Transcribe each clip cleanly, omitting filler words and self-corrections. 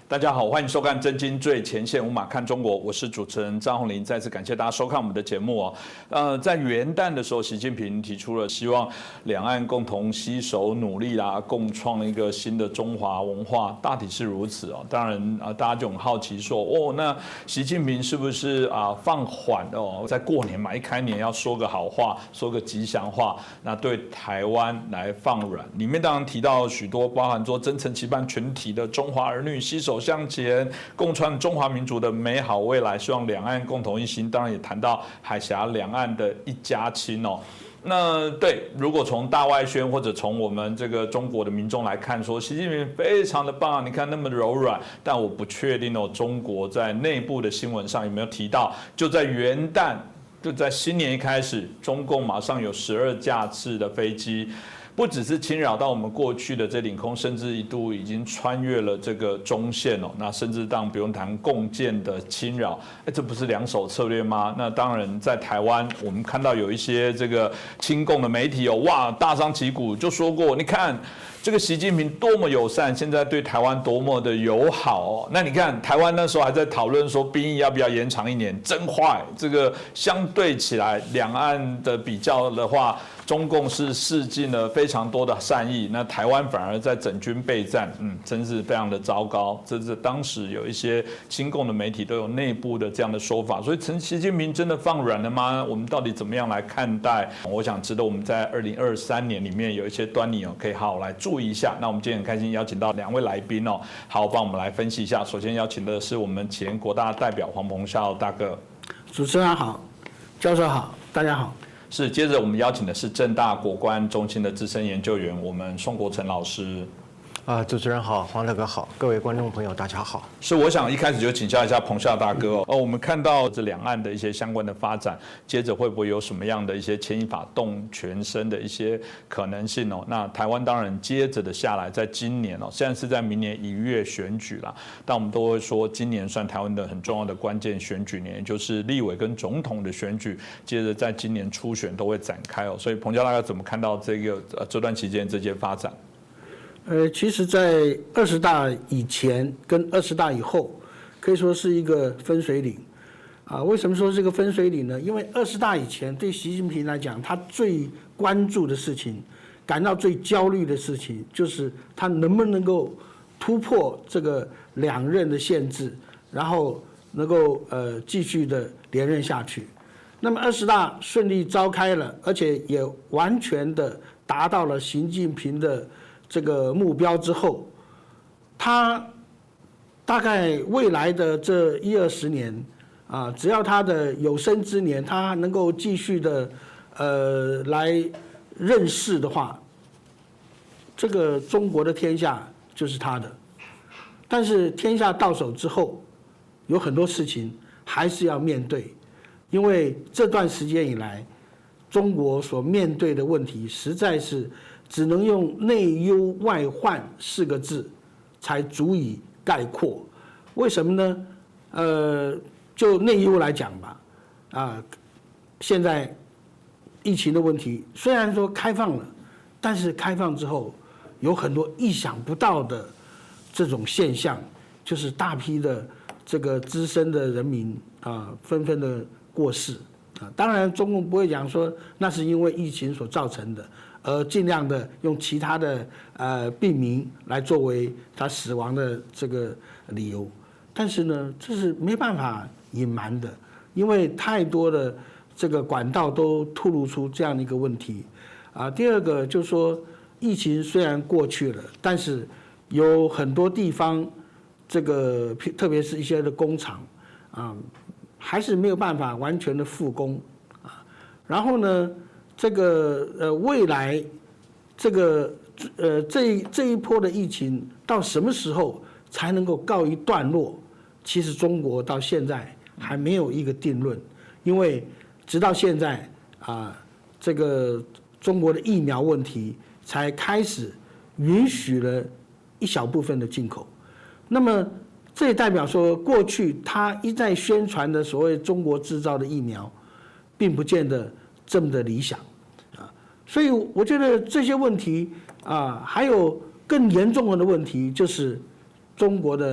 大家好，欢迎收看《真金最前线》，无马看中国，我是主持人张宏林。再次感谢大家收看我们的节目哦。在元旦的时候，习近平提出了希望两岸共同携手努力啦，共创一个新的中华文化，大体是如此哦。当然大家就很好奇说，那习近平是不是放缓哦？在过年嘛，一开年要说个好话，说个吉祥话，那对台湾来放软。里面当然提到许多，包含说真诚期盼全体的中华儿女携手向前，共创中华民族的美好未来，希望两岸共同一心。当然也谈到海峡两岸的一家亲哦。那对，如果从大外宣或者从我们这个中国的民众来看，说习近平非常的棒，你看那么柔软，但我不确定哦，中国在内部的新闻上有没有提到，就在元旦，就在新年一开始，中共马上有12架次的飞机。不只是侵扰到我们过去的这领空，甚至一度已经穿越了这个中线哦。那甚至当然不用谈共建的侵扰，这不是两手策略吗？那当然，在台湾我们看到有一些这个亲共的媒体哦，哇，大张旗鼓就说过，你看这个习近平多么友善，现在对台湾多么的友好哦。那你看台湾那时候还在讨论说兵役要不要延长1年，真坏。这个相对起来，两岸的比较的话，中共是示尽了非常多的善意，那台湾反而在整军备战，真是非常的糟糕。这是当时有一些亲共的媒体都有内部的这样的说法，所以习近平真的放软了吗？我们到底怎么样来看待？我想值得我们在2023年里面有一些端倪哦，可以好好来注意一下。那我们今天很开心邀请到2位来宾哦，好帮我们来分析一下。首先邀请的是我们前国大代表黄澎孝大哥。 主持人好，教授好，大家好。 是，接着我们邀请的是政大国关中心的资深研究员，我们宋国成老师。 主持人好，黄大哥好，各位观众朋友大家好。 是，我想一开始就请教一下澎孝大哥哦，我们看到这两岸的一些相关的发展，接着会不会有什么样的一些牵一发动全身的一些可能性哦？那台湾当然接着的下来，在今年哦，虽然是在明年1月选举啦，但我们都会说今年算台湾的很重要的关键选举年，也就是立委跟总统的选举，接着在今年初选都会展开哦。所以澎孝大哥怎么看到这段期间这些发展？ 其实，在20大以前跟20大以后，可以说是一个分水岭，为什么说是个分水岭呢？因为20大以前对习近平来讲，他最关注的事情，感到最焦虑的事情，就是他能不能够突破这个2任的限制，然后能够继续的连任下去。那么20大顺利召开了，而且也完全的达到了习近平的这个目标之后，他大概未来的这10-20年只要他的有生之年，他能够继续的来任事的话，这个中国的天下就是他的。但是天下到手之后，有很多事情还是要面对，因为这段时间以来，中国所面对的问题实在是只能用内忧外患4个字才足以概括。为什么呢？就内忧来讲吧，现在疫情的问题虽然说开放了，但是开放之后有很多意想不到的这种现象，就是大批的这个资深的人民纷纷的过世当然中共不会讲说那是因为疫情所造成的，而尽量的用其他的病名来作为他死亡的这个理由，但是呢，这是没办法隐瞒的，因为太多的这个管道都透露出这样的一个问题第二个就是说，疫情虽然过去了，但是有很多地方，这个特别是一些的工厂还是没有办法完全的复工然后呢，这个未来这个这一波的疫情到什么时候才能够告一段落？其实中国到现在还没有一个定论，因为直到现在这个中国的疫苗问题才开始允许了一小部分的进口，那么这也代表说，过去他一再宣传的所谓中国制造的疫苗，并不见得这么的理想所以我觉得这些问题还有更严重的问题，就是中国的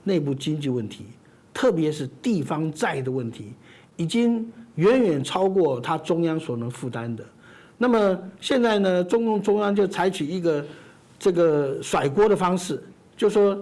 内部经济问题，特别是地方债的问题，已经远远超过他中央所能负担的。那么现在呢，中共中央就采取一个这个甩锅的方式，就说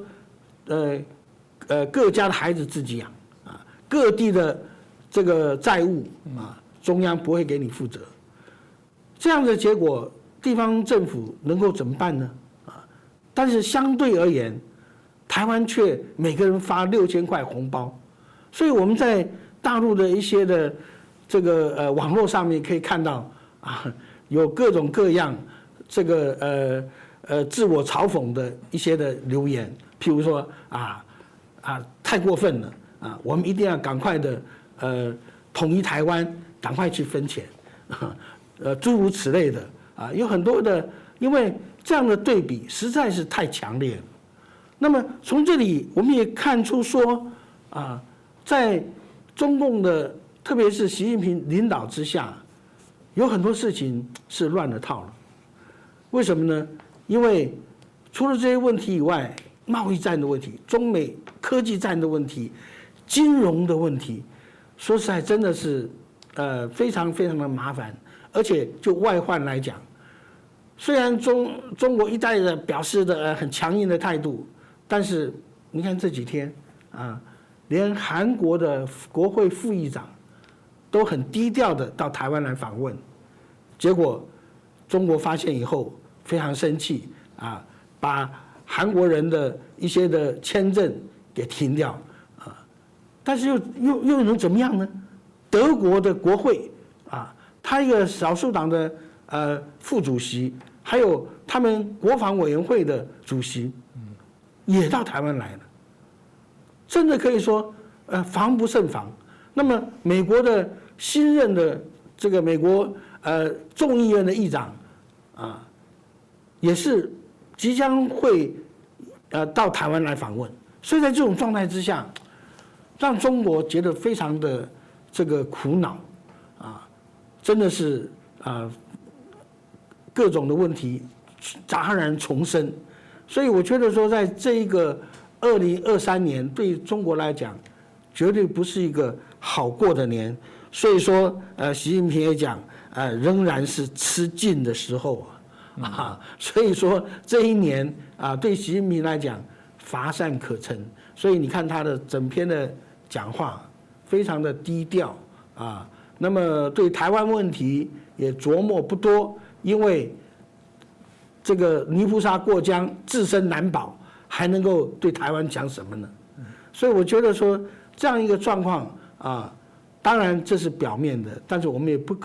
各家的孩子自己养啊，各地的这个债务啊，中央不会给你负责。这样的结果，地方政府能够怎么办呢？啊，但是相对而言，台湾却每个人发6000块红包，所以我们在大陆的一些的这个网络上面可以看到啊，有各种各样这个自我嘲讽的一些的留言，譬如说太过分了啊，我们一定要赶快的统一台湾，赶快去分钱，诸如此类的啊，有很多的，因为这样的对比实在是太强烈了。那么从这里我们也看出说啊，在中共的特别是习近平领导之下，有很多事情是乱了套了。为什么呢？因为除了这些问题以外，贸易战的问题、中美科技战的问题、金融的问题，说实在真的是非常非常的麻烦。而且就外患来讲，虽然中国一再的表示的很强硬的态度，但是你看这几天啊，连韩国的国会副议长都很低调的到台湾来访问，结果中国发现以后非常生气啊，把韩国人的一些的签证给停掉啊，但是又能怎么样呢？德国的国会啊，他一个少数党的副主席，还有他们国防委员会的主席，也到台湾来了，真的可以说防不胜防。那么美国的新任的这个美国众议院的议长啊，也是即将会到台湾来访问，所以在这种状态之下，让中国觉得非常的这个苦恼啊，真的是各种的问题戛然重生。所以我觉得说，在这一个2023年对中国来讲，绝对不是一个好过的年。所以说，习近平也讲，仍然是吃尽的时候啊。所以说这一年对习近平来讲乏善可陈。所以你看他的整篇的讲话非常的低调啊。那么对台湾问题也琢磨不多，因为这个泥菩萨过江，自身难保，还能够对台湾讲什么呢？所以我觉得说这样一个状况啊，当然这是表面的，但是我们也不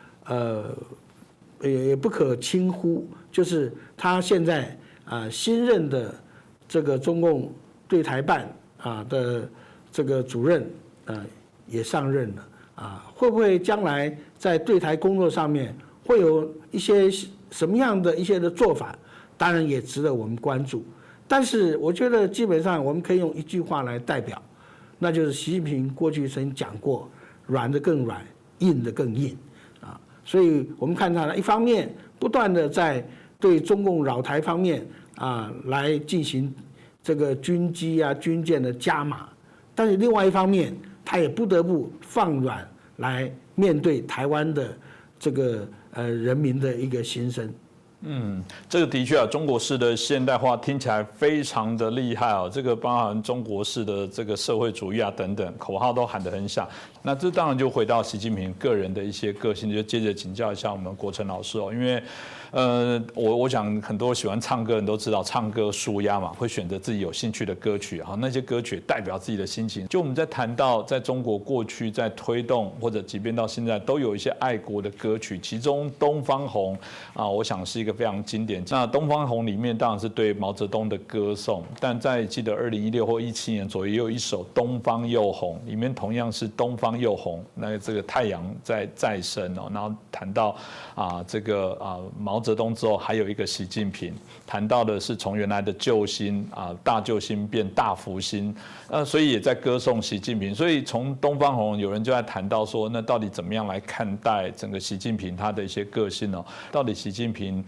可轻忽，就是他现在新任的这个中共对台办的这个主任也上任了会不会将来在对台工作上面会有一些什么样的一些的做法，当然也值得我们关注。但是我觉得基本上我们可以用一句话来代表，那就是习近平过去曾讲过，软的更软，硬的更硬所以我们看到一方面不断的在对中共扰台方面来进行这个军机军舰的加码，但是另外一方面他也不得不放软来面对台湾的这个人民的一个心声。 这个的确中国式的现代化听起来非常的厉害这个包含中国式的这个社会主义等等，口号都喊得很响。那这当然就回到习近平个人的一些个性，就接着请教一下我们国成老师因为我想很多喜欢唱歌的人都知道，唱歌抒压嘛，会选择自己有兴趣的歌曲那些歌曲代表自己的心情。就我们在谈到在中国过去在推动或者即便到现在都有一些爱国的歌曲，其中《东方红》我想是一个非常经典。那《东方红》里面当然是对毛泽东的歌颂，但在记得2016或17年左右也有一首《东方又红》，里面同样是东方又红，那这个太阳在再生然后谈到这个毛泽东之后还有一个习近平，谈到的是从原来的救星大救星变大福星，所以也在歌颂习近平。所以从《东方红》有人就在谈到说，那到底怎么样来看待整个习近平他的一些个性到底习近平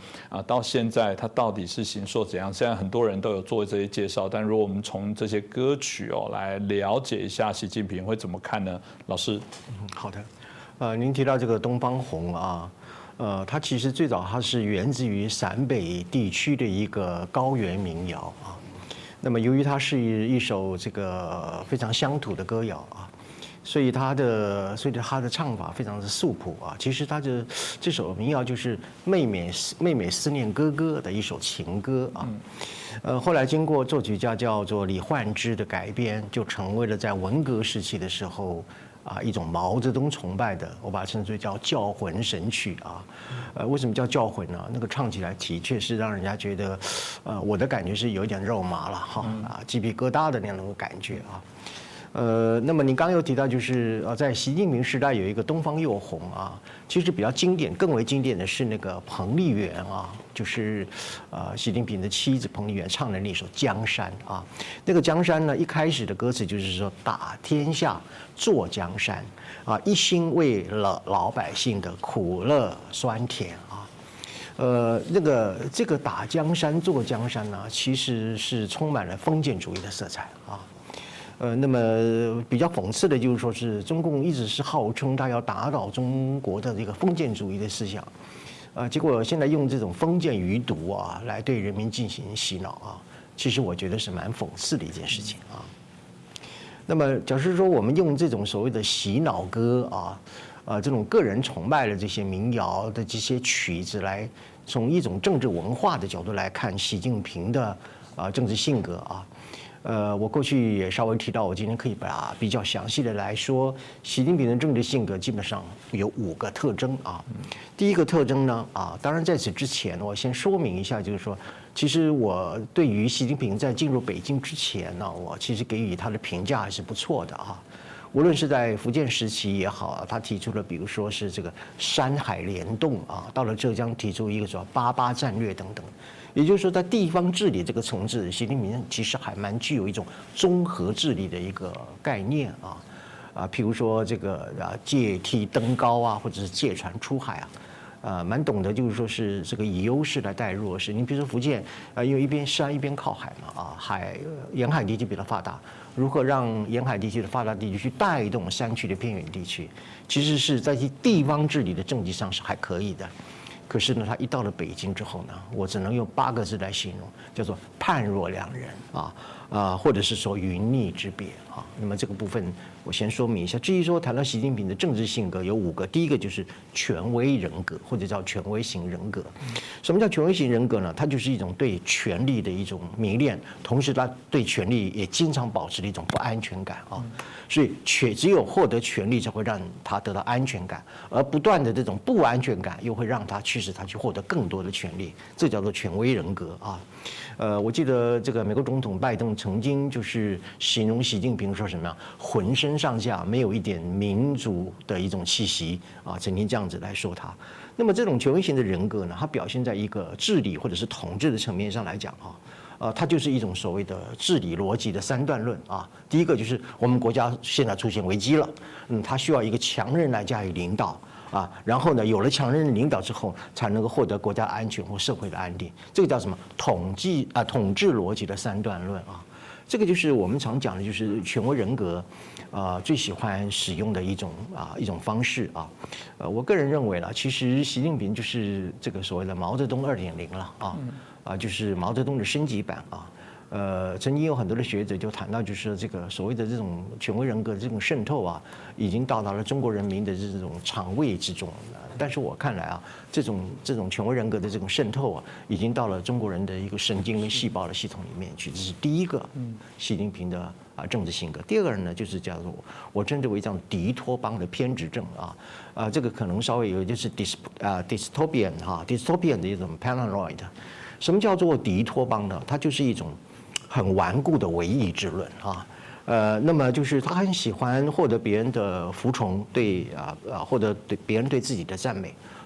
到现在他到底是形塑怎样？现在很多人都有做这些介绍，但如果我们从这些歌曲来了解一下习近平会怎么看呢？老师， 好的，您提到这个东方红啊。它其实最早它是源自于陕北地区的一个高原民谣啊。那么由于它是一首这个非常乡土的歌谣啊，所以它的唱法非常的素朴啊。其实它的这首民谣就是妹妹思念哥哥的一首情歌啊。后来经过作曲家叫做李焕之的改编，就成为了在文革时期的时候。一种毛泽东崇拜的，我把它称之为叫教魂神曲啊。为什么叫教魂呢？那个唱起来的确是让人家觉得，我的感觉是有一点肉麻了哈，鸡皮疙瘩的那种感觉啊。那么你刚刚有提到，就是在习近平时代有一个东方又红啊，其实比较经典，更为经典的是那个彭丽媛啊，就是习近平的妻子彭丽媛唱的那首《江山》啊。那个江山呢，一开始的歌词就是说打天下坐江山啊，一心为了老百姓的苦乐酸甜啊。这个打江山坐江山呢，其实是充满了封建主义的色彩啊。那么比较讽刺的就是说是中共一直是号称他要打倒中国的这个封建主义的思想，结果现在用这种封建余毒啊来对人民进行洗脑啊，其实我觉得是蛮讽刺的一件事情啊。那么假设说我们用这种所谓的洗脑歌这种个人崇拜的这些民谣的这些曲子来，从一种政治文化的角度来看习近平的政治性格啊。我过去也稍微提到，我今天可以把比较详细的来说，习近平的政治性格基本上有5个特征啊。第一个特征呢当然在此之前，我先说明一下，就是说，其实我对于习近平在进入北京之前呢，我其实给予他的评价还是不错的啊。无论是在福建时期也好他提出了比如说是这个山海联动到了浙江提出一个说88战略等等。也就是说，在地方治理这个层次，习近平其实还蛮具有一种综合治理的一个概念譬如说这个借梯登高或者是借船出海蛮懂得就是说是这个以优势来带弱势。你比如说福建因为一边山一边靠海嘛沿海地区比较发达，如何让沿海地区的发达地区去带动山区的偏远地区，其实是在地方治理的政绩上是还可以的。可是呢，他一到了北京之后呢，我只能用8个字来形容，叫做判若两人或者是说云逆之别那么这个部分我先说明一下。至于说谈到习近平的政治性格有5个，第一个就是权威人格，或者叫权威型人格。什么叫权威型人格呢？它就是一种对权力的一种迷恋，同时他对权力也经常保持的一种不安全感所以只有获得权力才会让他得到安全感，而不断的这种不安全感又会让他驱使他去获得更多的权力，这叫做权威人格我记得这个美国总统拜登曾经就是形容习近平说什么样，浑身上下没有一点民主的一种气息曾经这样子来说他。那么这种权威型的人格呢，它表现在一个治理或者是统治的层面上来讲它就是一种所谓的治理逻辑的3段论第一个就是我们国家现在出现危机了，它需要一个强人来加以领导然后呢，有了强人的领导之后，才能够获得国家安全或社会的安定。这个叫什么？统治逻辑的3段论这个就是我们常讲的，就是权威人格最喜欢使用的一种方式我个人认为呢，其实习近平就是这个所谓的毛泽东2.0了就是毛泽东的升级版曾经有很多的学者就谈到，就是这个所谓的这种权威人格的这种渗透已经到达了中国人民的这种肠胃之中。但是我看来这种权威人格的这种渗透已经到了中国人的一个神经跟细胞的系统里面去。这是第一个，习近平的政治性格。第二个人呢，就是叫做我称之为这样迪托邦的偏执症这个可能稍微有就是 dystopian 的一种 paranoid。什么叫做迪托邦呢？它就是一种很顽固的唯意志论那么就是他很喜欢获得别人的服从，获得别人对自己的赞美，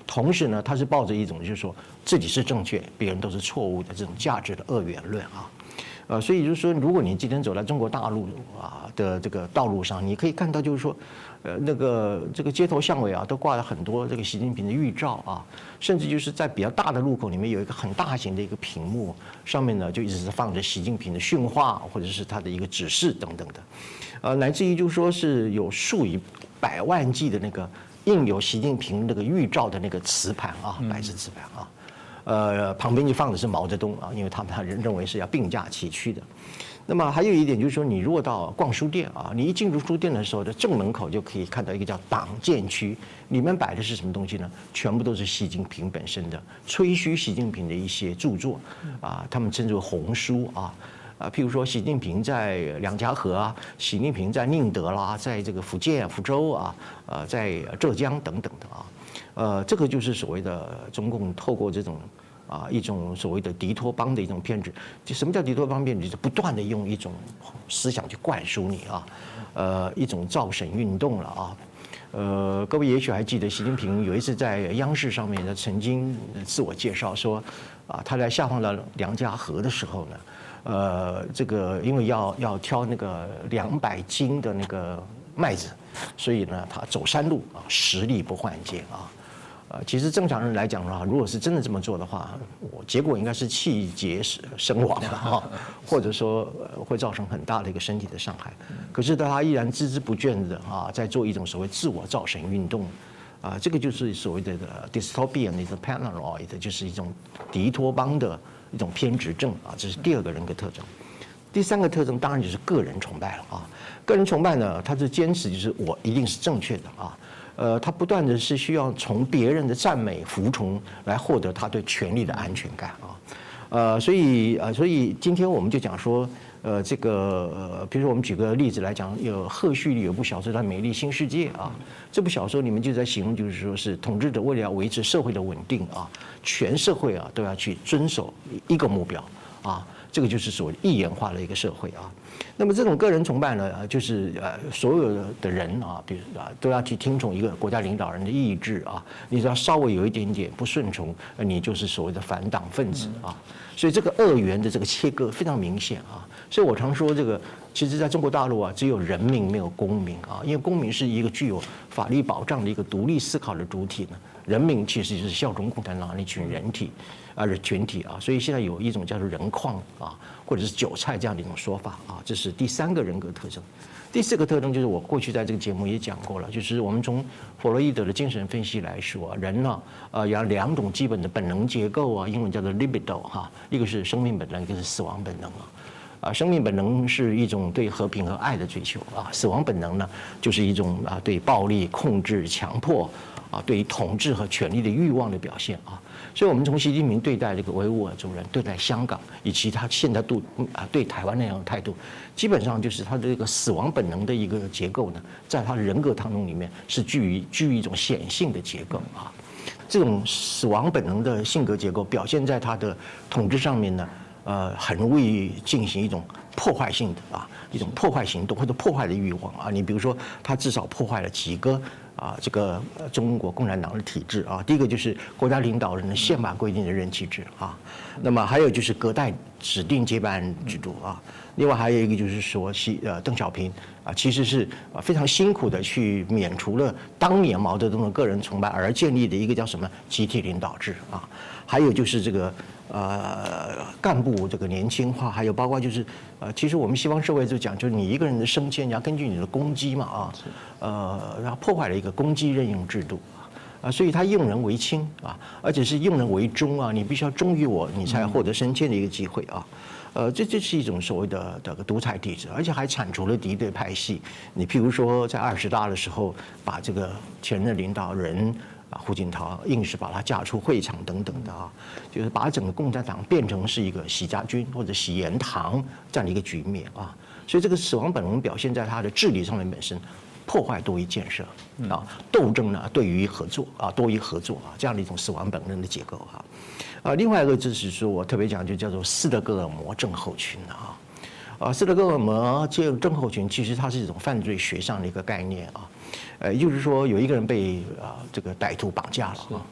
同时呢，他是抱着一种就是说自己是正确，别人都是错误的这种价值的二元论啊。所以就是说，如果你今天走在中国大陆的这个道路上，你可以看到就是说，这个街头巷尾都挂了很多这个习近平的预照啊，甚至就是在比较大的路口里面有一个很大型的一个屏幕，上面呢就一直是放着习近平的训话或者是他的一个指示等等的，乃至于就是说是有数以百万计的那个印有习近平那个预照的那个瓷盘白色瓷盘旁边就放的是毛泽东因为他们认为是要并驾齐驱的。那么还有一点就是说，你如果到逛书店你一进入书店的时候的正门口就可以看到一个叫党建区，里面摆的是什么东西呢？全部都是习近平本身的吹嘘习近平的一些著作他们称之为红书譬如说习近平在梁家河习近平在宁德啦，在这个福建福州在浙江等等的这个就是所谓的中共透过这种一种所谓的敌托邦的一种偏执。就什么叫敌托邦偏执？就是不断的用一种思想去灌输你一种造神运动了各位也许还记得习近平有一次在央视上面呢曾经自我介绍说他在下放到梁家河的时候呢这个因为要挑那个200斤的那个麦子，所以呢他走山路实力不换肩其实正常人来讲如果是真的这么做的话，结果应该是气绝身亡或者说会造成很大的一个身体的伤害。可是他依然孜孜不倦的在做一种所谓自我造神运动这个就是所谓的 dystopian 的一种 paranoid， 就是一种敌托邦的一种偏执症这是第二个人格特征。第三个特征当然就是个人崇拜了个人崇拜呢，他是坚持就是我一定是正确的他不断的是需要从别人的赞美、服从来获得他对权力的安全感所以今天我们就讲说，比如说我们举个例子来讲，有贺胥黎有部小说叫《美丽新世界》这部小说里面就在形容，就是说是统治者为了要维持社会的稳定全社会都要去遵守一个目标这个就是所谓一元化的一个社会那么这种个人崇拜呢，就是所有的人比如都要去听从一个国家领导人的意志你只要稍微有一点点不顺从，你就是所谓的反党分子所以这个二元的这个切割非常明显所以我常说这个，其实在中国大陆只有人民没有公民因为公民是一个具有法律保障的一个独立思考的主体呢，人民其实就是效忠共产党那群人体群体所以现在有一种叫做人矿或者是韭菜这样的一种说法这是第三个人格特征。第四个特征就是我过去在这个节目也讲过了，就是我们从弗洛伊德的精神分析来说人有两种基本的本能结构英文叫做 libido 一个是生命本能，一个是死亡本能生命本能是一种对和平和爱的追求死亡本能呢就是一种对暴力、控制、强迫对于统治和权力的欲望的表现所以我们从习近平对待这个维吾尔族人、对待香港以及他现在对台湾那样的态度，基本上就是他的这个死亡本能的一个结构呢，在他的人格当中里面是具于一种显性的结构这种死亡本能的性格结构表现在他的统治上面呢很容易进行一种破坏性的一种破坏行动或者破坏的欲望你比如说他至少破坏了几个这个中国共产党的体制第一个就是国家领导人的宪法规定的任期制那么还有就是隔代指定接班人制度另外还有一个就是说邓小平其实是非常辛苦的去免除了当年毛泽东的个人崇拜而建立的一个叫什么集体领导制还有就是这个干部这个年轻化，还有包括就是其实我们西方社会就讲，就是你一个人的升迁，你要根据你的功绩嘛然后破坏了一个功绩任用制度所以他用人为轻而且是用人为忠你必须要忠于我，你才获得升迁的一个机会这是一种所谓的独裁体制，而且还铲除了敌对派系。你譬如说在20大的时候，把这个前任领导人胡锦涛硬是把他架出会场等等的就是把整个共产党变成是一个洗家军或者洗盐堂这样的一个局面所以这个死亡本能表现在他的治理上面本身。破坏多于建设斗争呢对于合作多于合作这样的一种死亡本能的结构另外一个就是说我特别讲就叫做斯德哥尔摩症候群斯德哥尔摩症候群其实它是一种犯罪学上的一个概念也就是说有一个人被这个歹徒绑架了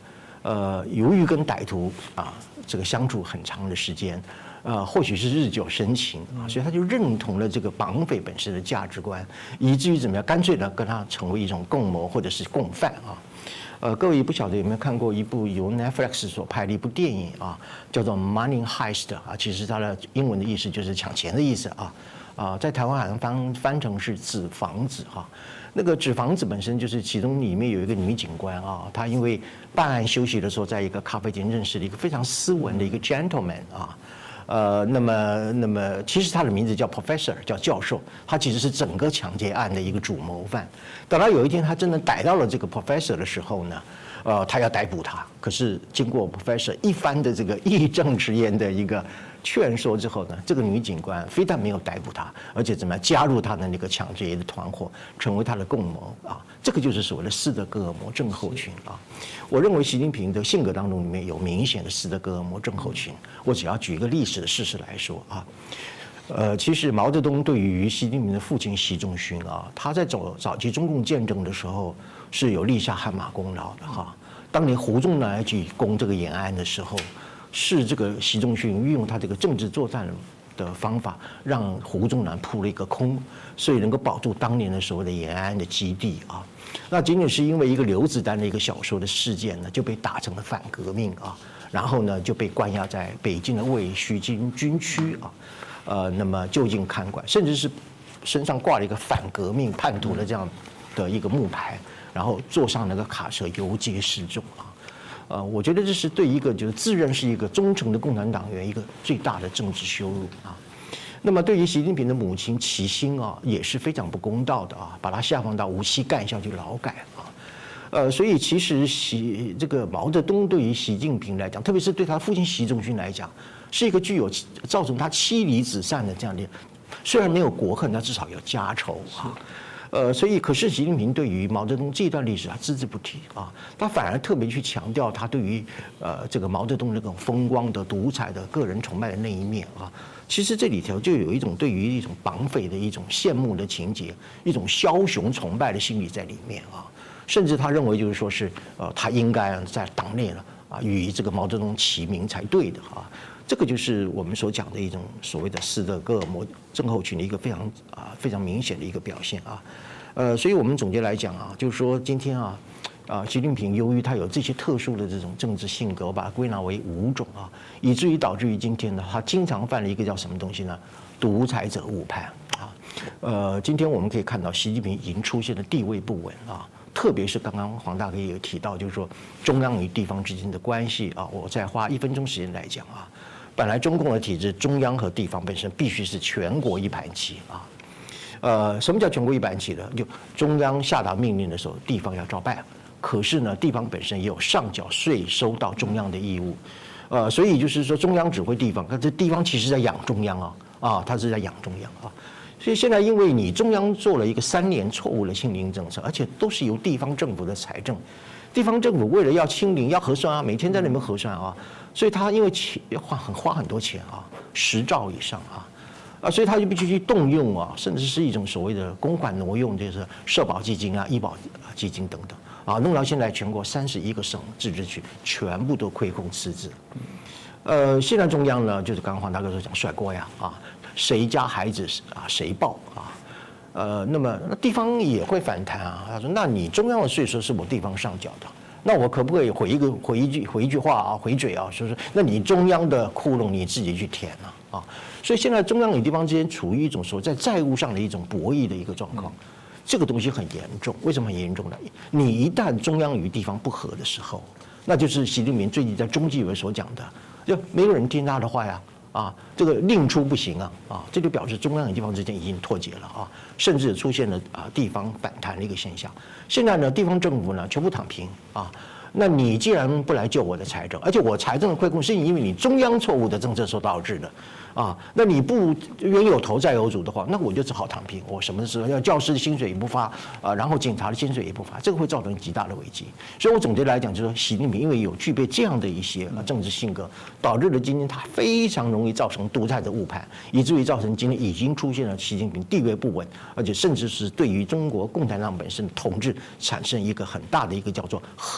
由于跟歹徒这个相处很长的时间，或许是日久生情所以他就认同了这个绑匪本身的价值观，以至于怎么样，干脆呢跟他成为一种共谋或者是共犯各位不晓得有没有看过一部由 Netflix 所拍的一部电影叫做 Money Heist 其实它的英文的意思就是抢钱的意思在台湾好像翻成是纸房子那个纸房子本身就是其中里面有一个女警官她因为办案休息的时候，在一个咖啡厅认识了一个非常斯文的一个 gentleman那么其实他的名字叫 Professor， 叫教授，他其实是整个抢劫案的一个主谋犯。等到有一天他真的逮到了这个 Professor 的时候呢，他要逮捕他，可是经过 Professor 一番的这个义正辞严的一个劝说之后呢，这个女警官非但没有逮捕他，而且怎么样加入他的那个抢劫的团伙，成为他的共谋这个就是所谓的斯德哥尔摩症候群我认为习近平的性格当中里面有明显的斯德哥尔摩症候群。我只要举一个历史的事实来说其实毛泽东对于习近平的父亲习仲勋他在早期中共建政的时候是有立下汗马功劳的当年胡宗南去攻这个延安的时候，是这个习仲勋运用他这个政治作战的方法，让胡宗南扑了一个空，所以能够保住当年的所谓的延安的基地那仅仅是因为一个刘子丹的一个小说的事件呢，就被打成了反革命然后呢就被关押在北京的卫戍军区那么就近看管，甚至是身上挂了一个反革命叛徒的这样的一个木牌，然后坐上那个卡车游街示众我觉得这是对一个就是自认是一个忠诚的共产党员一个最大的政治羞辱那么对于习近平的母亲齐心也是非常不公道的把他下放到无期干校去劳改所以其实这个毛泽东对于习近平来讲，特别是对他父亲习仲勋来讲，是一个具有造成他妻离子散的这样的，虽然没有国恨，但至少有家仇所以可是习近平对于毛泽东这段历史他只字不提他反而特别去强调他对于这个毛泽东这种风光的独裁的个人崇拜的那一面其实这里头就有一种对于一种绑匪的一种羡慕的情节，一种枭雄崇拜的心理在里面甚至他认为就是说是他应该在党内了与这个毛泽东齐名才对的这个就是我们所讲的一种所谓的斯德哥尔摩症候群的一个非常明显的一个表现所以我们总结来讲就是说今天习近平由于他有这些特殊的这种政治性格，我把它归纳为5种以至于导致于今天呢，他经常犯了一个叫什么东西呢？独裁者误判今天我们可以看到习近平已经出现了地位不稳特别是刚刚黄大哥也有提到，就是说中央与地方之间的关系我再花1分钟时间来讲本来中共的体制，中央和地方本身必须是全国一盘棋什么叫全国一盘棋呢？就中央下达命令的时候，地方要照办。可是呢，地方本身也有上缴税收到中央的义务，所以就是说中央指挥地方，可这地方其实在养中央它是在养中央所以现在因为你中央做了一个3年错误的清零政策，而且都是由地方政府的财政，地方政府为了要清零要核算每天在那边核算所以他因为钱要花很多钱10兆以上所以他就必须去动用甚至是一种所谓的公款挪用，就是社保基金医保基金等等弄到现在全国31个省自治区全部都亏空赤字。现在中央呢，就是刚刚黄大哥所讲甩锅谁家孩子谁报那么地方也会反弹他说那你中央的税收是我地方上缴的，那我可不可以回一句话回嘴说是那你中央的窟窿你自己去填所以现在中央与地方之间处于一种说在债务上的一种博弈的一个状况这个东西很严重。为什么很严重呢？你一旦中央与地方不和的时候，那就是习近平最近在中纪委所讲的，就没有人听他的话这个令出不行这就表示中央与地方之间已经脱节了甚至出现了地方反弹的一个现象。现在呢，地方政府呢全部躺平那你既然不来救我的财政，而且我财政的亏空是因为你中央错误的政策所导致的那你不冤有头债有主的话，那我就只好躺平。我什么时候要教师的薪水也不发然后警察的薪水也不发，这个会造成极大的危机。所以我总结来讲，就是说习近平因为有具备这样的一些政治性格，导致了今天他非常容易造成独裁的误判，以至于造成今天已经出现了习近平地位不稳，而且甚至是对于中国共产党本身的统治产生一个很大的一个叫做合法性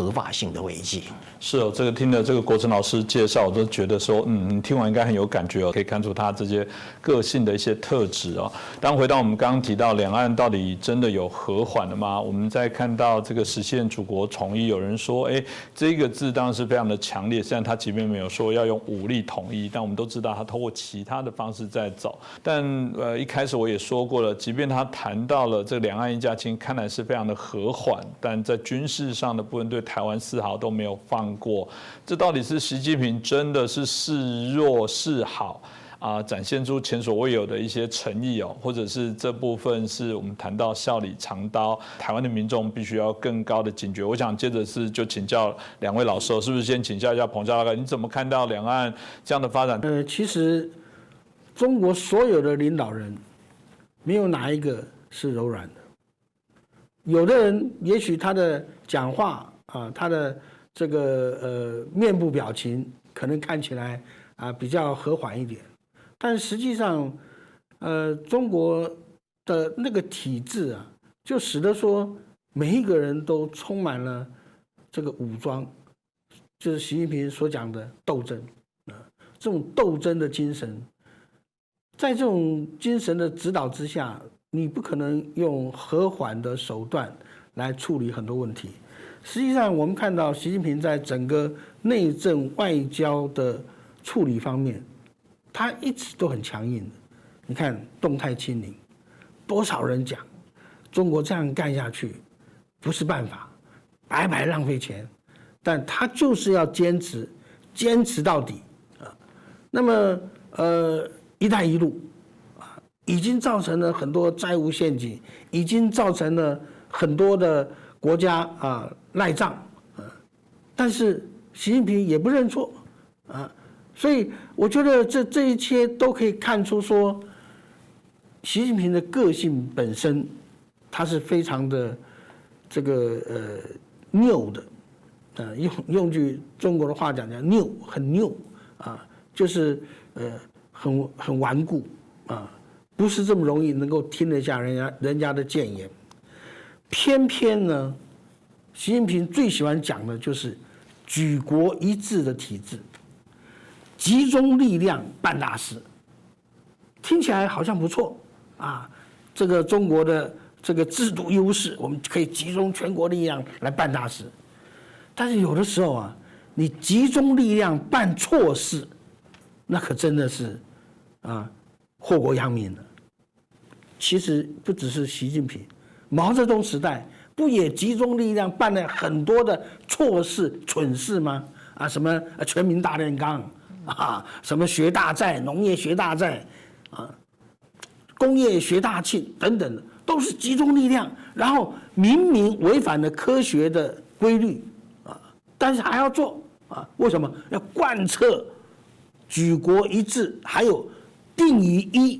性的危机。 是哦，这个听了这个国成老师介绍，我都觉得说，你听完应该很有感觉哦，可以看出他这些个性的一些特质哦。当回到我们刚刚提到两岸到底真的有和缓了吗？我们在看到这个实现祖国统一，有人说，这个字当然是非常的强烈，虽然他即便没有说要用武力统一，但我们都知道他透过其他的方式在走。但一开始我也说过了，即便他谈到了这两岸一家亲，看来是非常的和缓，但在军事上的部分对台湾丝毫都没有放过。这到底是习近平真的是示弱示好啊，展现出前所未有的一些诚意哦，或者是这部分是我们谈到笑里藏刀，台湾的民众必须要更高的警觉。我想接着就请教两位老师，是不是先请教一下彭教授，你怎么看到两岸这样的发展？ 其实中国所有的领导人，没有哪一个是柔软的。有的人也许他的讲话啊，他的这个面部表情可能看起来比较和缓一点，但实际上中国的那个体制啊，就使得说每一个人都充满了这个武装，就是习近平所讲的斗争这种斗争的精神，在这种精神的指导之下，你不可能用和缓的手段来处理很多问题。实际上，我们看到习近平在整个内政外交的处理方面，他一直都很强硬的。你看动态清零，多少人讲中国这样干下去不是办法，白白浪费钱，但他就是要坚持到底啊。那么一带一路啊，已经造成了很多债务陷阱，已经造成了很多的国家赖账但是习近平也不认错所以我觉得这一切都可以看出说，习近平的个性本身，他是非常的这个拗的用句中国的话讲拗，很拗就是很顽固不是这么容易能够听得下人家的谏言。偏偏呢，习近平最喜欢讲的就是举国一致的体制，集中力量办大事，听起来好像不错这个中国的这个制度优势，我们可以集中全国力量来办大事。但是有的时候你集中力量办错事，那可真的是祸国殃民了。其实不只是习近平，毛泽东时代不也集中力量办了很多的错事、蠢事吗？什么全民大炼钢什么学大寨、农业学大寨工业学大庆等等的，都是集中力量，然后明明违反了科学的规律但是还要做为什么？要贯彻举国一致，还有定于一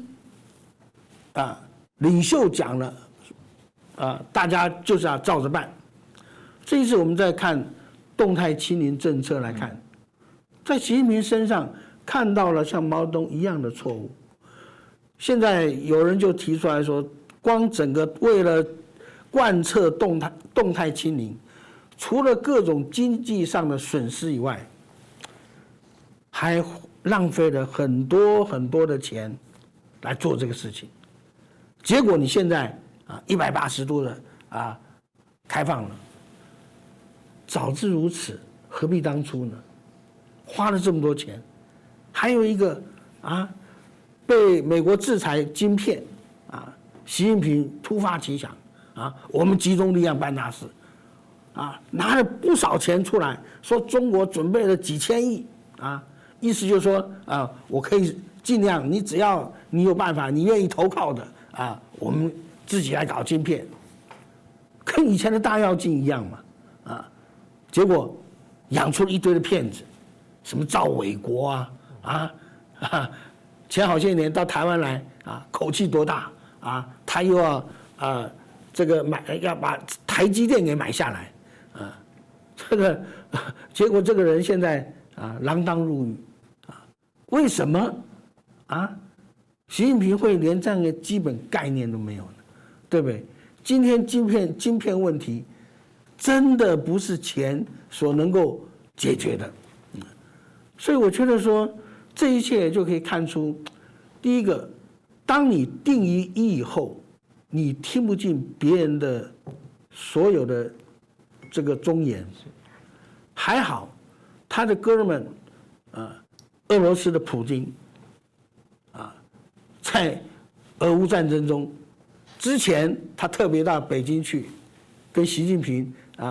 领袖讲了大家就是要照着办。这一次我们再看动态清零政策来看，在习近平身上看到了像毛泽东一样的错误。现在有人就提出来说，光整个为了贯彻动态清零，除了各种经济上的损失以外，还浪费了很多很多的钱来做这个事情。结果你现在180度的开放了，早知如此，何必当初呢？花了这么多钱，还有一个被美国制裁晶片习近平突发奇想我们集中力量办大事拿了不少钱出来，说中国准备了几千亿意思就是说我可以尽量，你只要你有办法，你愿意投靠的我们自己来搞晶片，跟以前的大跃进一样嘛结果养出了一堆的骗子，什么赵伟国前好些年到台湾来口气多大他又要这个要把台积电给买下来这个结果这个人现在锒铛入狱为什么习近平会连这样的基本概念都没有呢？对不对？今天晶片问题真的不是钱所能够解决的。所以我觉得说，这一切就可以看出，第一个，当你定于一以后，你听不进别人的所有的这个忠言。还好，他的哥们，俄罗斯的普京，在俄乌战争中，之前他特别到北京去，跟习近平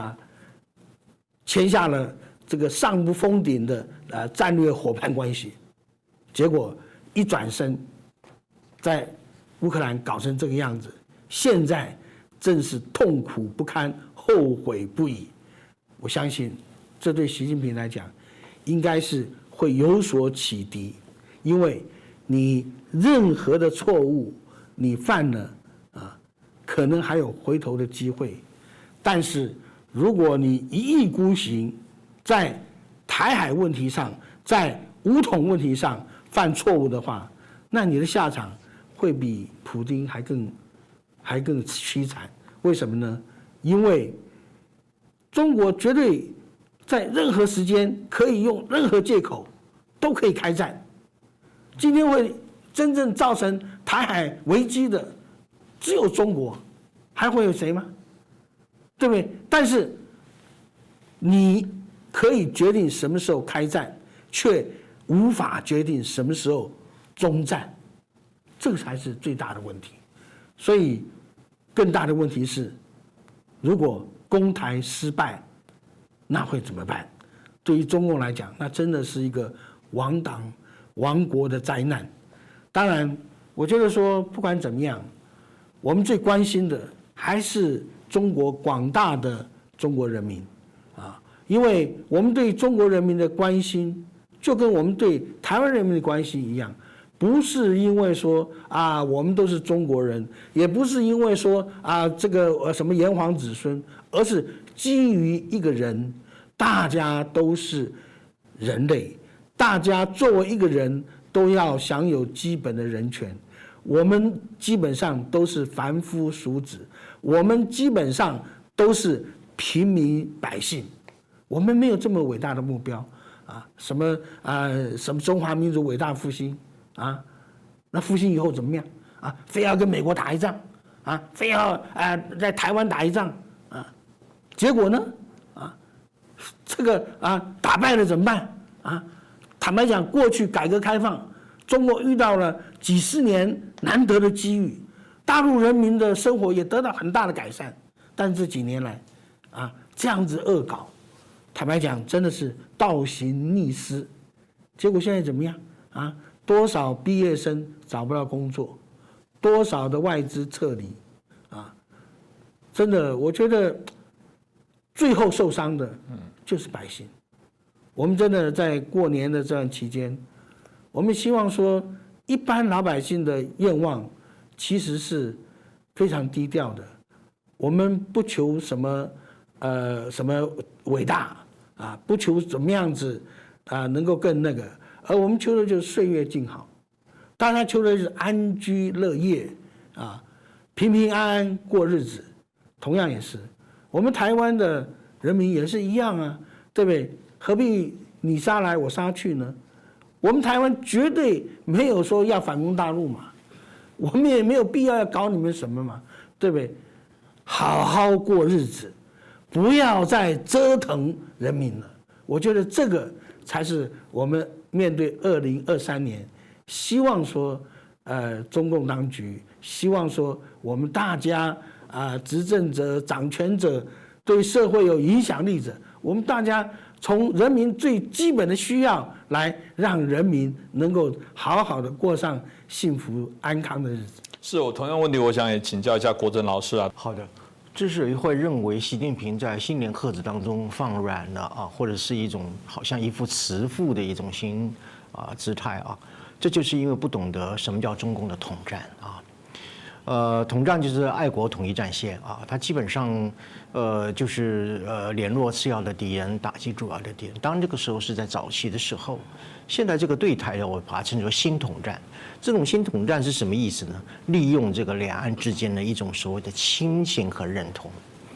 签下了这个上不封顶的战略伙伴关系，结果一转身，在乌克兰搞成这个样子，现在正是痛苦不堪，后悔不已。我相信，这对习近平来讲，应该是会有所启迪，因为你任何的错误你犯了可能还有回头的机会，但是如果你一意孤行，在台海问题上，在武统问题上犯错误的话，那你的下场会比普丁还更凄惨。为什么呢？因为中国绝对在任何时间可以用任何借口都可以开战。今天会真正造成台海危机的只有中国，还会有谁吗？对不对？但是你可以决定什么时候开战，却无法决定什么时候终战，这个才是最大的问题。所以更大的问题是，如果攻台失败，那会怎么办？对于中共来讲，那真的是一个亡党亡国的灾难。当然，我觉得说不管怎么样，我们最关心的还是中国广大的中国人民因为我们对中国人民的关心，就跟我们对台湾人民的关心一样，不是因为说我们都是中国人，也不是因为说这个什么炎黄子孙，而是基于一个人，大家都是人类，大家作为一个人都要享有基本的人权。我们基本上都是凡夫俗子，我们基本上都是平民百姓，我们没有这么伟大的目标什么中华民族伟大复兴那复兴以后怎么样非要跟美国打一仗非要在台湾打一仗结果呢这个打败了怎么办坦白讲，过去改革开放，中国遇到了几十年难得的机遇，大陆人民的生活也得到很大的改善，但这几年来这样子恶搞，坦白讲真的是倒行逆施。结果现在怎么样多少毕业生找不到工作，多少的外资撤离真的我觉得最后受伤的就是百姓。我们真的在过年的这段期间，我们希望说一般老百姓的愿望其实是非常低调的，我们不求什么伟大不求怎么样子能够更那个，而我们求的就是岁月静好，大家求的是安居乐业平平安安过日子。同样也是我们台湾的人民也是一样对不对？何必你杀来我杀去呢？我们台湾绝对没有说要反攻大陆嘛，我们也没有必要搞你们什么嘛，对不对？好好过日子，不要再折腾人民了。我觉得这个才是我们面对2023年，希望说中共当局，希望说我们大家执政者、掌权者，对社会有影响力者，我们大家从人民最基本的需要来让人民能够好好的过上幸福安康的日子。 是我同样问题，我想也请教一下国珍老师好的，之所以会认为习近平在新年贺词当中放软了或者是一种好像一副慈父的一种姿态这就是因为不懂得什么叫中共的统战统战就是爱国统一战线它基本上就是联络次要的敌人，打击主要的敌人。当然这个时候是在早期的时候，现在这个对台我把它称作新统战。这种新统战是什么意思呢？利用这个两岸之间的一种所谓的亲情和认同。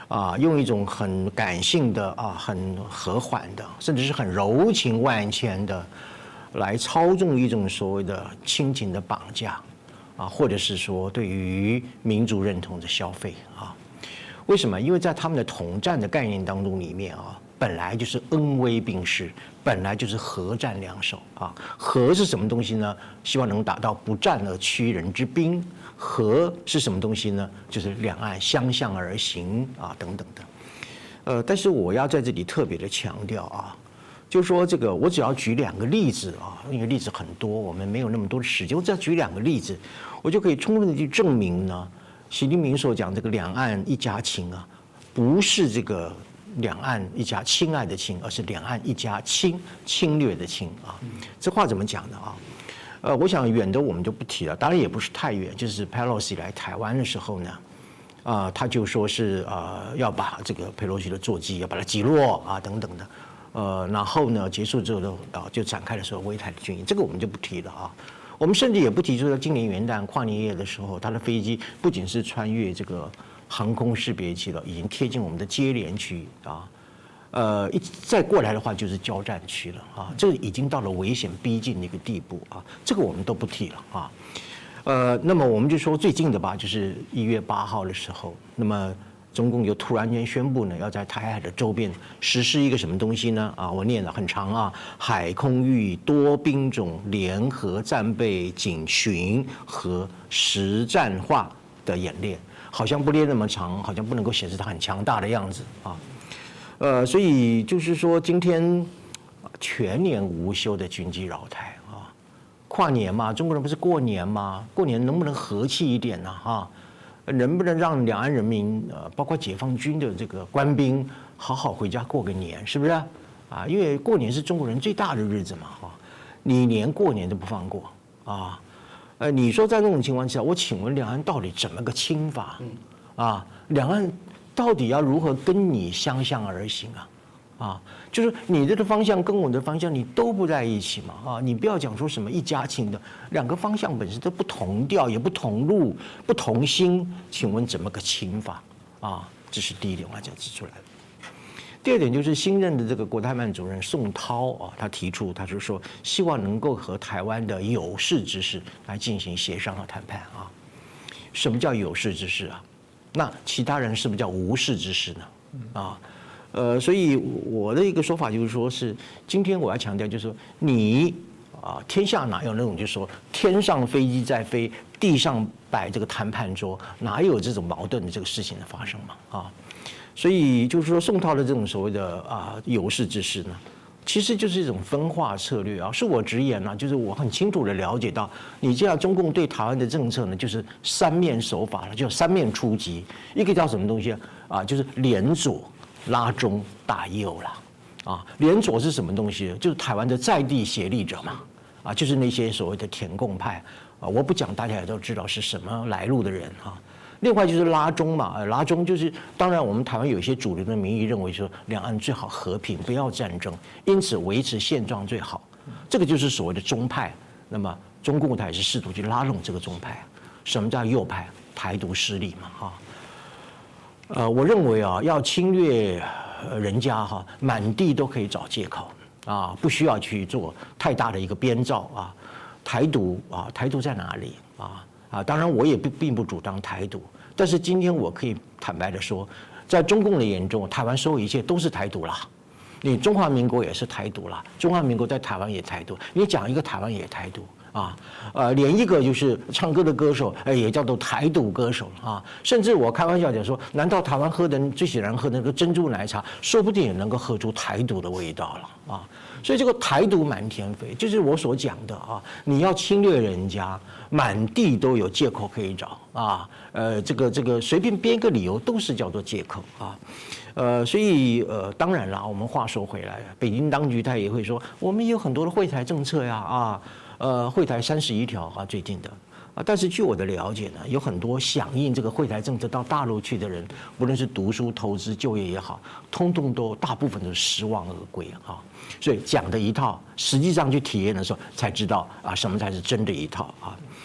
用一种很感性的很和缓的，甚至是很柔情万千的，来操纵一种所谓的亲情的绑架或者是说对于民族认同的消费为什么？因为在他们的统战的概念当中里面本来就是恩威并施，本来就是和战两手和是什么东西呢？希望能达到不战而屈人之兵。和是什么东西呢？就是两岸相向而行等等的。但是我要在这里特别的强调就是说这个我只要举2个例子因为例子很多，我们没有那么多的时间，我只要举2个例子，我就可以充分的去证明呢，习近平所讲这个两岸一家亲不是这个两岸一家亲爱的亲，而是两岸一家亲，侵略的侵这话怎么讲的我想远的我们就不提了，当然也不是太远，就是 Pelosi 来台湾的时候呢，他就说是要把这个 Pelosi 的座机要把它击落等等的，然后呢结束之后就展开了所谓围台的军演，这个我们就不提了我们甚至也不提，就是今年元旦跨年夜的时候，他的飞机不仅是穿越这个航空识别区了，已经贴近我们的接连区再过来的话就是交战区了这个已经到了危险逼近的一个地步这个我们都不提了那么我们就说最近的吧，就是1月8号的时候，那么中共又突然间宣布呢，要在台海的周边实施一个什么东西呢我念了很长海空域多兵种联合战备警巡和实战化的演练，好像不念那么长，好像不能够显示它很强大的样子所以就是说，今天全年无休的军机扰台跨年嘛，中国人不是过年吗？过年能不能和气一点呢能不能让两岸人民包括解放军的这个官兵好好回家过个年，是不是因为过年是中国人最大的日子嘛你连过年都不放过你说在这种情况下，我请问两岸到底怎么个亲法两岸到底要如何跟你相向而行就是你的方向跟我的方向你都不在一起嘛你不要讲说什么一家亲的，2个方向本身都不同调，也不同路，不同心，请问怎么个亲法这是第一点我要讲指出来的。第二点就是新任的这个国台办主任宋涛他提出，他就说希望能够和台湾的有识之士来进行协商和谈判什么叫有识之士那其他人是不是叫无识之士呢所以我的一个说法就是说是今天我要强调就是说你天下哪有那种就是说天上飞机在飞，地上摆这个谈判桌，哪有这种矛盾的这个事情的发生嘛所以就是说宋涛的这种所谓的有识之士呢，其实就是一种分化策略恕我直言就是我很清楚的了解到，你这样中共对台湾的政策呢，就是3面手法了，就3面出击。一个叫什么东西就是连左拉中打右了连左是什么东西？就是台湾的在地协力者嘛就是那些所谓的舔共派我不讲，大家也都知道是什么来路的人另外就是拉中嘛，拉中就是当然我们台湾有一些主流的民意认为说两岸最好和平，不要战争，因此维持现状最好，这个就是所谓的中派。那么中共他也是试图去拉拢这个中派。什么叫右派？台独势力嘛我认为要侵略人家满地都可以找借口不需要去做太大的一个编造台独台独在哪里当然我也并不主张台独，但是今天我可以坦白的说，在中共的眼中，台湾所有一切都是台独啦。你中华民国也是台独啦，中华民国在台湾也台独，你讲一个台湾也台独连一个就是唱歌的歌手也叫做台独歌手甚至我开玩笑讲说，难道台湾喝的最喜欢喝的那个珍珠奶茶，说不定也能够喝出台独的味道了所以这个台独满天飞，就是我所讲的你要侵略人家，满地都有借口可以找这个随便编个理由都是叫做借口所以当然了，我们话说回来，北京当局他也会说，我们也有很多的惠台政策呀惠台31条最近的但是据我的了解呢，有很多响应这个惠台政策到大陆去的人，不论是读书、投资、就业也好，通通都大部分都失望而归所以讲的一套，实际上去体验的时候才知道什么才是真的一套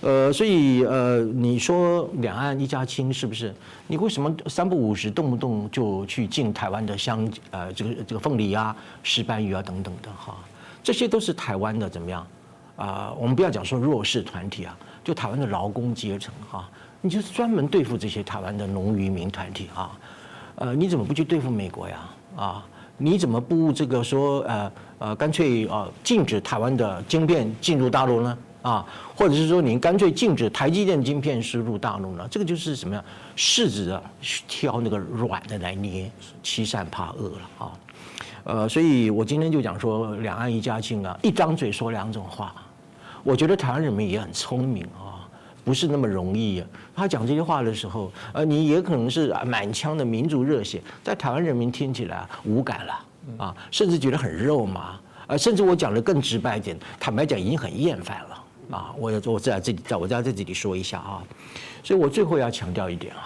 所以你说两岸一家亲是不是？你为什么3不5时动不动就去进台湾的这个凤梨啊、石斑鱼啊等等的哈？这些都是台湾的怎么样我们不要讲说弱势团体啊，就台湾的劳工阶层哈，你就是专门对付这些台湾的农渔民团体啊。你怎么不去对付美国呀？你怎么不这个说干脆禁止台湾的晶片进入大陆呢？或者是说你干脆禁止台积电晶片输入大陆呢？这个就是什么呀？柿子挑那个软的来捏，欺善怕恶了所以我今天就讲说两岸一家亲一张嘴说2种话。我觉得台湾人民也很聪明不是那么容易他讲这些话的时候，你也可能是满腔的民族热血，在台湾人民听起来无感了甚至觉得很肉麻甚至我讲的更直白一点，坦白讲已经很厌烦了我在这里说一下所以我最后要强调一点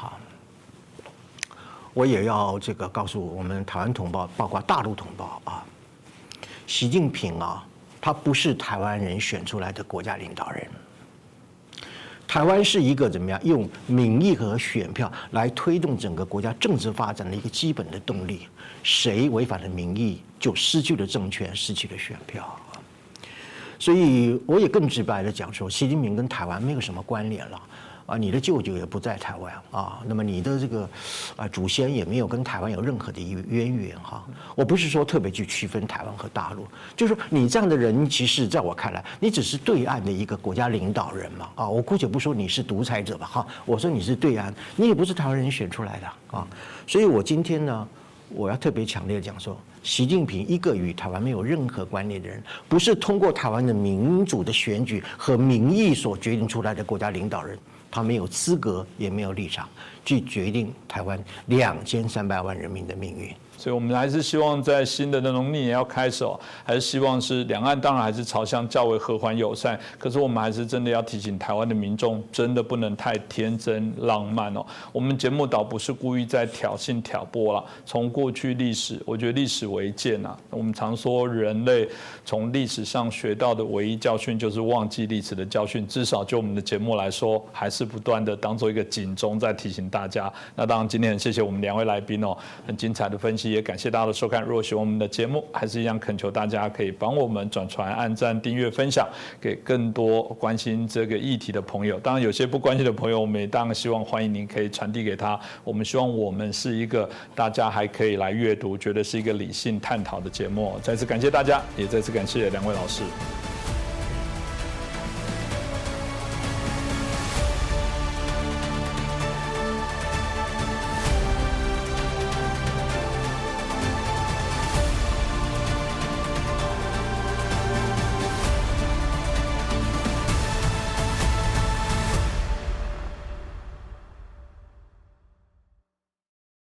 我也要这个告诉我们台湾同胞，包括大陆同胞习近平他不是台湾人选出来的国家领导人。台湾是一个怎么样用民意和选票来推动整个国家政治发展的一个基本的动力。谁违反了民意，就失去了政权，失去了选票。所以我也更直白的讲说，习近平跟台湾没有什么关联了。你的舅舅也不在台湾那么你的这个祖先也没有跟台湾有任何的渊源我不是说特别去区分台湾和大陆，就是说你这样的人，其实在我看来，你只是对岸的一个国家领导人嘛我姑且不说你是独裁者吧我说你是对岸，你也不是台湾人选出来的所以我今天呢，我要特别强烈讲说，习近平一个与台湾没有任何关联的人，不是通过台湾的民主的选举和民意所决定出来的国家领导人。他没有资格，也没有立场去决定台湾2300万人民的命运。 所以我们还是希望在新的农历年要开始还是希望是两岸当然还是朝向较为和缓友善，可是我们还是真的要提醒台湾的民众，真的不能太天真浪漫我们节目倒不是故意在挑衅挑拨啦，从过去历史，我觉得历史为鉴我们常说人类从历史上学到的唯一教训就是忘记历史的教训，至少就我们的节目来说，还是不断的当做一个警钟在提醒大家。那当然今天很谢谢我们2位来宾很精彩的分析。也感谢大家的收看。如果喜欢我们的节目，还是一样恳求大家可以帮我们转传、按赞、订阅、分享，给更多关心这个议题的朋友。当然，有些不关心的朋友，我们也当然希望欢迎您可以传递给他。我们希望我们是一个大家还可以来阅读，觉得是一个理性探讨的节目。再次感谢大家，也再次感谢2位老师。